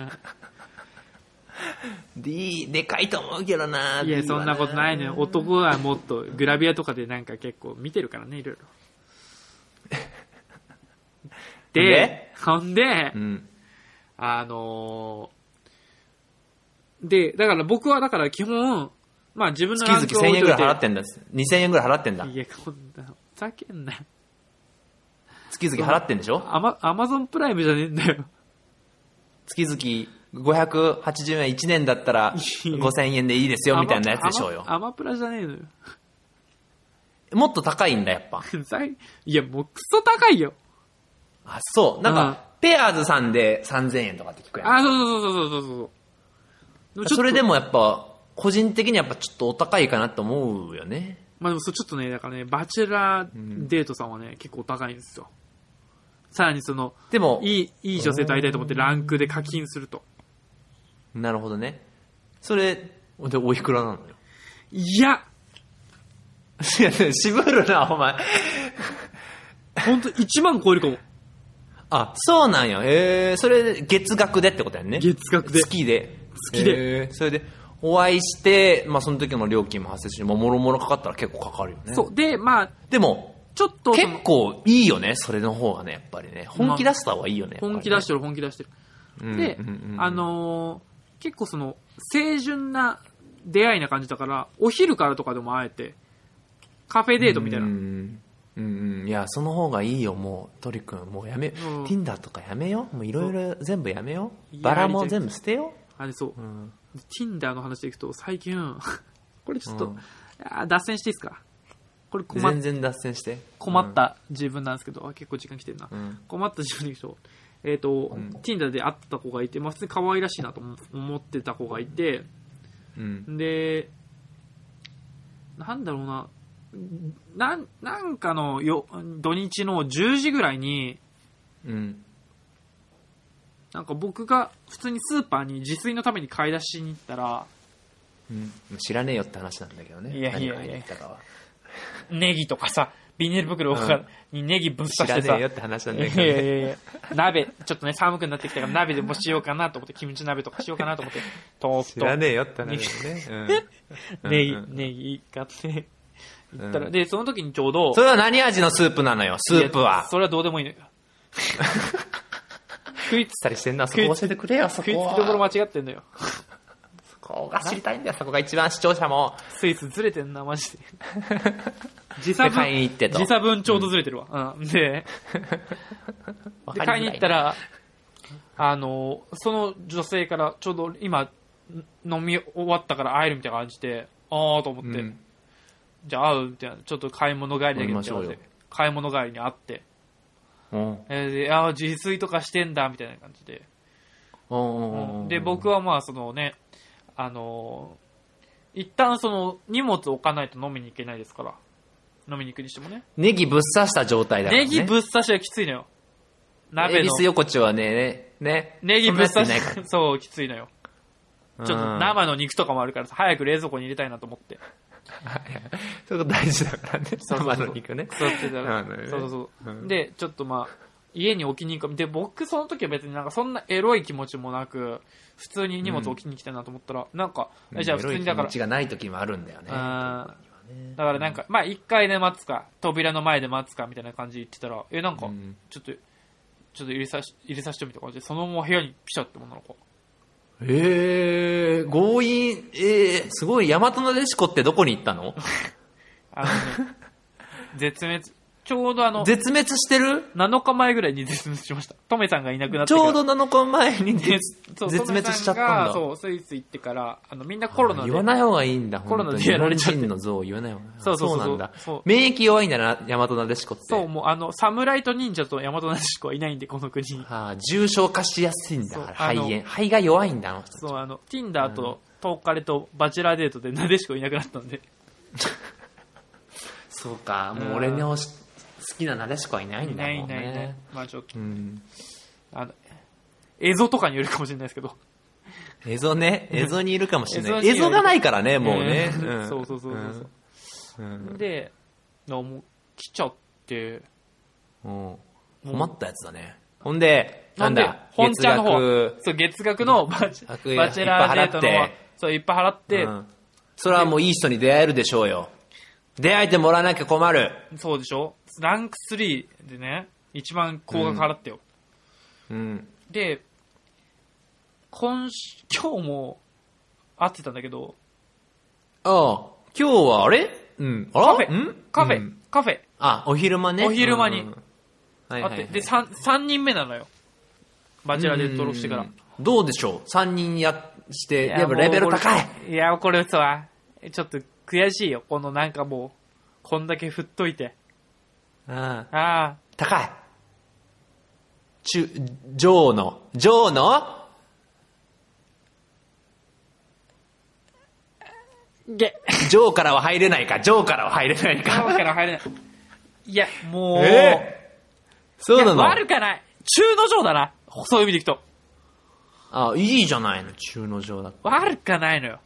D でかいと思うけどな。
いや、そんなことないのよ。男はもっとグラビアとかでなんか結構見てるからね、いろいろ。で、ほんで、で、だから僕はだから基本、まあ自分のランクを
月々1000円ぐらい払ってんだ。2000円ぐらい払ってんだ。
いや、こんな、ふざけんなよ。
月々払ってんでしょ？
アマゾンプライムじゃねえんだよ。
月々580円1年だったら5000円でいいですよみたいなやつでしょうよ。
アマプラじゃねえのよ。
もっと高いんだ、やっぱ。
いや、もうクソ高いよ。
あ、そう。なんか、ペアーズさんで3000円とかって聞くやん。
あ、そう。
それでもやっぱ、個人的にやっぱちょっとお高いかなと思うよね。
まあでもちょっとね、だからね、バチェラーデートさんはね、結構お高いんですよ。さらにその、
でも、
いい女性と会いたいと思ってランクで課金すると。
なるほどね。それ、で、おいくらなのよ。
いや、
渋るな、お前。
ほんと1万超えるかも。
あ、そうなんよ。それ、月額でってことやんね。
月額で。
月で。
月で。
それで、お会いして、まあその時の料金も発生し、もろもろかかったら結構かかるよね。
そう。で、まあ、
でも、
ちょっと。
結構いいよね、それの方がね、やっぱりね。本気出した方がいいよね。
まあ、本気出してる。で、結構その、清純な出会いな感じだから、お昼からとかでも会えて、カフェデートみたいな。
いや、その方がいいよ、もう、鳥くん。もうやめ、Tinder とかやめよ。もういろいろ全部やめよ。バラも全部捨てよ。
あれそう。Tinder の話でいくと、最近、これちょっと、脱線していいですか？これ
全然脱線して。
困った自分なんですけど、結構時間来てるな。困った自分でいくと、Tinder で会った子がいて、まあ、普通に可愛らしいなと思ってた子がいて、で、なんだろうな、なんかの土日の10時ぐらいに、なんか僕が普通にスーパーに自炊のために買い出しに行ったら、
知らねえよって話なんだけどね。
いや何買いに行ったかは。ネギとかさ、ビニール袋にネギぶっ刺してさ。
知らねえよって話なんだけど
ね。いや鍋、ちょっとね、寒くなってきたから鍋でもしようかなと思って、キムチ鍋とかしようかなと思って、
知らねえよって話だよね。
ネギ買って、 行ったら、で、その時にちょうど、
それは何味のスープなのよ、スープは。
それはどうでもいいのよ。
食いつったりしてんな、そこ教えてくれよ、そこは。
食いつきどころ間違ってんのよ。
そこが知りたいんだよ、そこが一番視聴者も。
スイスずれてんな、マジで。時
買いに行ってと。
時差分ちょうどずれてるわ。うん。で、買いに行ったら、その女性からちょうど今、飲み終わったから会えるみたいな感じで、あーと思って、じゃあ会うみたいな、ちょっと買い物帰りだけどみたいな感じで、買い物帰りに会って、で、自炊とかしてんだみたいな感じで、で、僕はまあそのね、一旦その荷物置かないと飲みに行けないですから、飲みに行くにしてもね。
ネギぶっ刺した状態だからね。
ネギぶっ刺しはきついのよ。鍋の。
恵比寿横丁はね、
ネギぶっ刺し、そう、きついのよ。ちょっと生の肉とかもあるからさ、早く冷蔵庫に入れたいなと思って。
それが大事だからね。生の肉ね。
そうそう。で、ちょっとまあ、家に置きに行く。で、僕その時は別になんかそんなエロい気持ちもなく、普通に荷物置きに来たなと思ったら、なんか、じゃあ普通にだから。エロい気持ち
がない時もあるんだよね。
だからなんか、まあ1階で待つか、扉の前で待つかみたいな感じで言ってたら、なんか、ちょっと入れさせてみたいな感じで、そのまま部屋にピシャってもんなのか。
強引、すごい、大和なでしこってどこに行ったの？
絶滅、ちょうど
絶滅してる
?7 日前ぐらいに絶滅しました。トメさんがいなくなって
ちょうど7日前に絶滅しちゃったんだ。
そう、スイス行ってから、みんなコロナで。
言わない方がいいんだ、
コロナでやられちゃって。
日本人の像を言わない方がいい。
そう
なんだ。免疫弱いんだな、大和なでしこって。
そう、もう侍と忍者と大和なでしこはいないんで、この国に。
重症化しやすいんだから、肺炎。肺が弱いんだ、
そう、Tinder と、トーカレとバチェラーデートでなでしこいなくなったんで。
そうか、もう俺の好きななでしこはいないんだもんね。いない。
まあちょっと、エゾとかによるかもしれないですけど。
エゾね、エゾにいるかもしれない。エゾがないからね、もうね。
そう。で、もう来ちゃって、
困ったやつだね。ほんで、なんだ、
本ちゃんの方、そう、月額のバチェラーデートの、そう、いっぱい払って、
それはもういい人に出会えるでしょうよ。出会えてもらわなきゃ困る。
そうでしょ。ランク3でね、一番高額払ってよ。で、今日も会ってたんだけど。
今日はあれ
カフェ。
お昼間ね。
お昼間に。会って。で、3人目なのよ。バチェラーで登録してから。
どうでしょう ?3 人して、やっぱレベル高い。
いや、これさ、ちょっと悔しいよ。このなんかもう、こんだけ振っといて。
高い。ジョーのジョーからは入れないか。
いや、もう。
そうなの？
悪かない。中のジョーだな。そういう意味でいくと。
いいじゃないの、中のジョーだって。
悪かないのよ。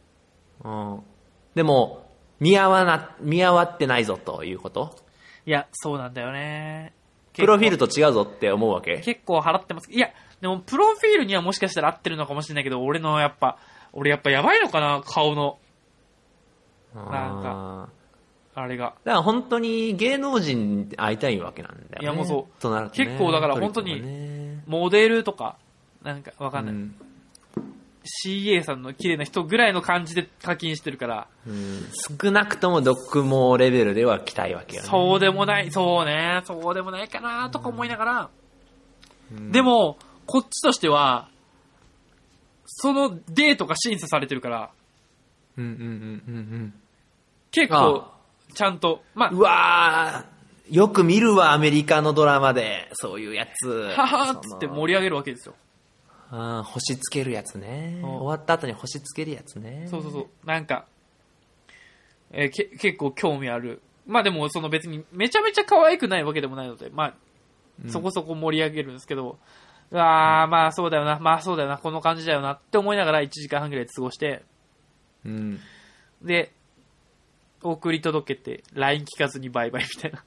でも、見合わってないぞということ？
いや、そうなんだよね。
プロフィールと違うぞって思うわけ？
結構払ってます。いや、でもプロフィールにはもしかしたら合ってるのかもしれないけど、俺やっぱやばいのかな、顔の。なんか、あれが。
だから本当に芸能人に会いたいわけなんだよね。
いや、もうそう。
となるとね、
結構だから本当に、モデルとか、なんかわかんない。CA さんの綺麗な人ぐらいの感じで課金してるから、
少なくとも読モレベルでは来たいわけよね。
そうでもないかなとか思いながら、でもこっちとしてはそのデートが審査されてるから、結構ちゃんと、
うわー、よく見るわ、アメリカのドラマでそういうやつ
ははーっつって盛り上げるわけですよ。
星つけるやつね。終わった後に星つけるやつね。
そうなんか、結構興味ある。まあでもその別にめちゃめちゃ可愛くないわけでもないので、まあそこそこ盛り上げるんですけど、まあそうだよな、この感じだよなって思いながら1時間半ぐらい過ごして、で送り届けて LINE 聞かずにバイバイみたいな。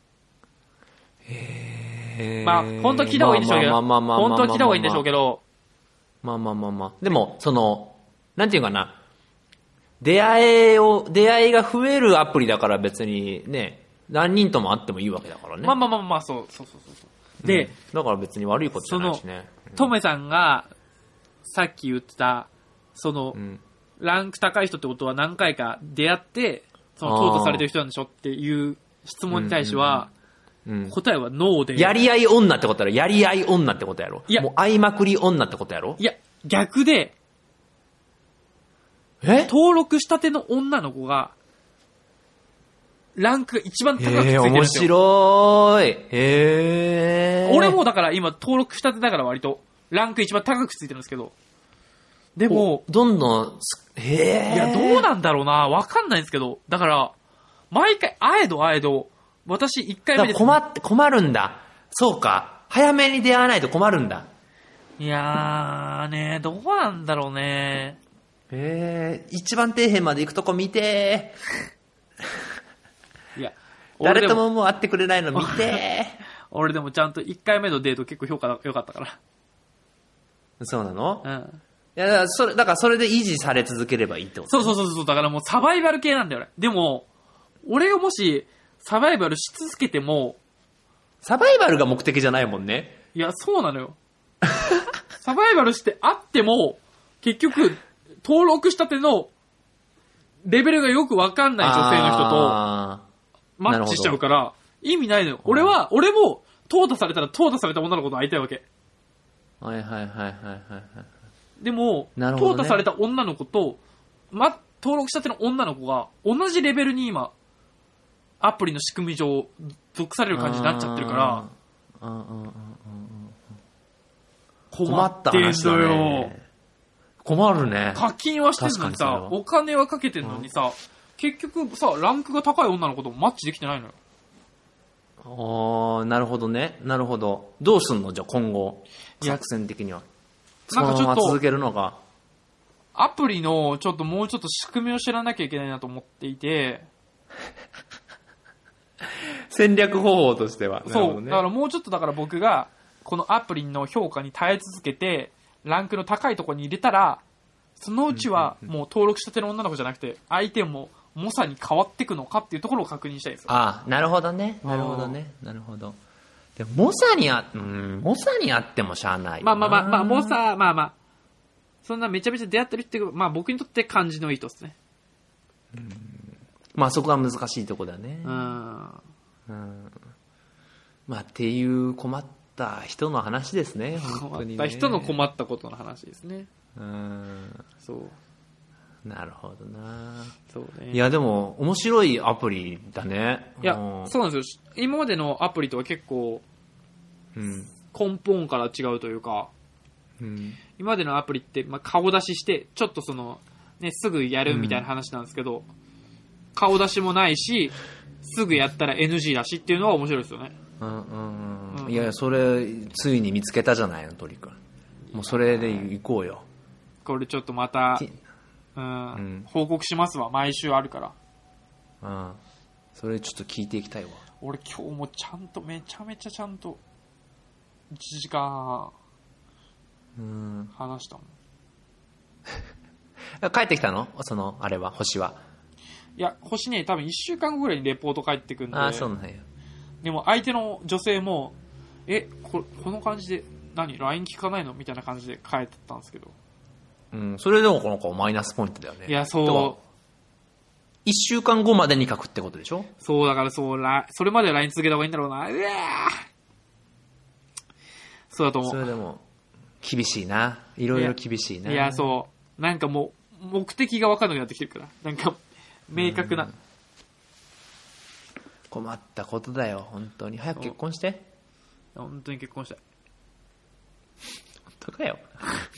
まあ本当は聞いた方がいいんでしょうけど、でも、なんていうかな、
出会いが増えるアプリだから別にね、何人とも会ってもいいわけだからね。
まあ、そう。で、
だから別に悪いことじゃないしね。
トメさんが、さっき言ってた、ランク高い人ってことは何回か出会って、淘汰されてる人なんでしょっていう質問に対しては、答えはノーで。
やり合い女ってことやろ。やり合い女ってことやろ。
いや、
もう会いまくり女ってことやろ。
いや、逆で、登録したての女の子が、ランクが一番高くついてるんですよ。
面白い。
俺もだから今登録したてだから割と、ランク一番高くついてるんですけど。でも、
どんどん、
いや、どうなんだろうな。わかんないんですけど。だから、毎回、会えど、私1回目で。
困るんだ。そうか。早めに出会わないと困るんだ。
いやー、ね、どうなんだろうね。
一番底辺まで行くとこ見て
いや、
誰とももう会ってくれないの見て
俺でもちゃんと1回目のデート結構評価良かったから。
そうなの？
うん。
いや、だからそれで維持され続ければいいってこと、
ね、そう。だからもうサバイバル系なんだよね。でも、俺がもしサバイバルし続けても、
サバイバルが目的じゃないもんね。
いや、そうなのよ。サバイバルして会っても、結局、登録したてのレベルがよくわかんない女性の人とマッチしちゃうから、意味ないのよ。俺も、淘汰されたら淘汰された女の子と会いたいわけ。
はい。
でも、
ね、
淘汰された女の子と、登録したての女の子が同じレベルに今、アプリの仕組み上、属される感じになっちゃってるから、
困った話だね。困るね。
課金はしてるのにさ、お金はかけてるのにさ、結局さ、ランクが高い女の子とマッチできてないのよ。
なるほどね。なるほど。どうすんのじゃあ今後、作戦的には。
なんかちょっと
続けるのか。
アプリのもうちょっと仕組みを知らなきゃいけないなと思っていて。
戦略方法としては。
そう。だからもうちょっと僕が、このアプリの評価に耐え続けて、ランクの高いところに入れたら、そのうちはもう登録したての女の子じゃなくて、相手も猛者に変わっていくのかっていうところを確認したいですよ。
なるほどね。なるほど。でも猛者にあってもしゃあないよな。
猛者、そんなめちゃめちゃ出会ってるっていう、僕にとって感じのいい人ですね。
そこが難しいとこだね。っていう困った人の話ですね。本当にね。
困った人の困ったことの話ですね。そう。
なるほどな。
そうね。
いやでも面白いアプリだね。
いやそうなんですよ。今までのアプリとは結構根本から違うというか、今までのアプリって顔出ししてちょっとすぐやるみたいな話なんですけど、顔出しもないしすぐやったら NG だしっていうのは面白いですよね。
いやそれついに見つけたじゃないの鳥くん。もうそれで行こうよ。
これちょっとまた報告しますわ。毎週あるから。
それちょっと聞いていきたいわ。
俺今日もちゃんとめちゃめちゃちゃんと1時間話したもん。
帰ってきたの？あれは星は。
いや星ね、多分1週間後ぐらいにレポート返ってくんで。
そうなんや。
でも相手の女性もこの感じでLINE 聞かないのみたいな感じで帰ってたんですけど。
それでもこの子マイナスポイントだよね。
いやそう。
1週間後までに書くってことでしょ？
そうだからそれまで LINE 続けた方がいいんだろうな。そうだと思う。
それでも厳しいな。いろいろ厳しいな。
いやそう。なんかもう目的が分かんなくなってきてるから。なんか明確な。
困ったことだよ本当に。早く結婚して。
本当に結婚したい。
本当かよ。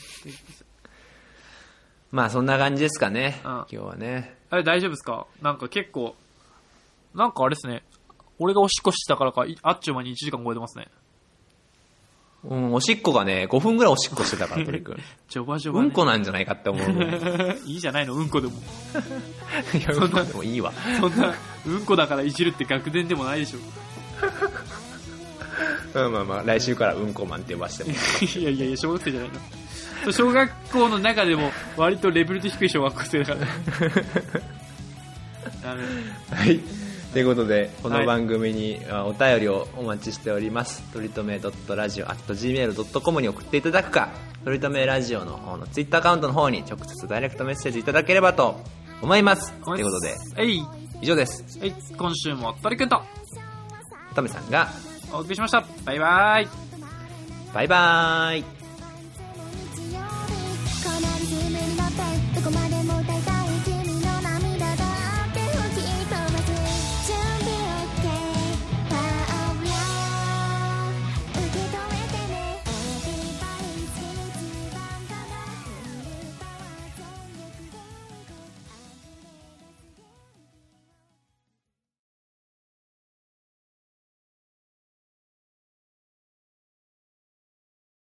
そんな感じですかね。今日はね。
大丈夫ですか？なんか結構あれですね。俺がおしっこしてたからかあっちゅう間に1時間超えてますね。
おしっこがね5分ぐらいおしっこしてたから鳥くん。
ジョバジョバ、
うんこなんじゃないかって思う。
いいじゃないのうんこでも。
いやうんこでもいいわ。
そんなうんこだからいじるって学年でもないでしょ。
来週からうんこマンって呼ばしても。
いや小学生じゃないの。 小学校の中でも割とレベルの低い小学校生だからダメ。
はい、ということでこの番組にお便りをお待ちしております。とりとめ.radio@gmail.com に送っていただくか、とりとめラジオの方のツイッターアカウントの方に直接ダイレクトメッセージいただければと思います。ということで、以上です。
今週もとりくんと
トメさんが
お送りしました。バイバーイ。
バイバーイ。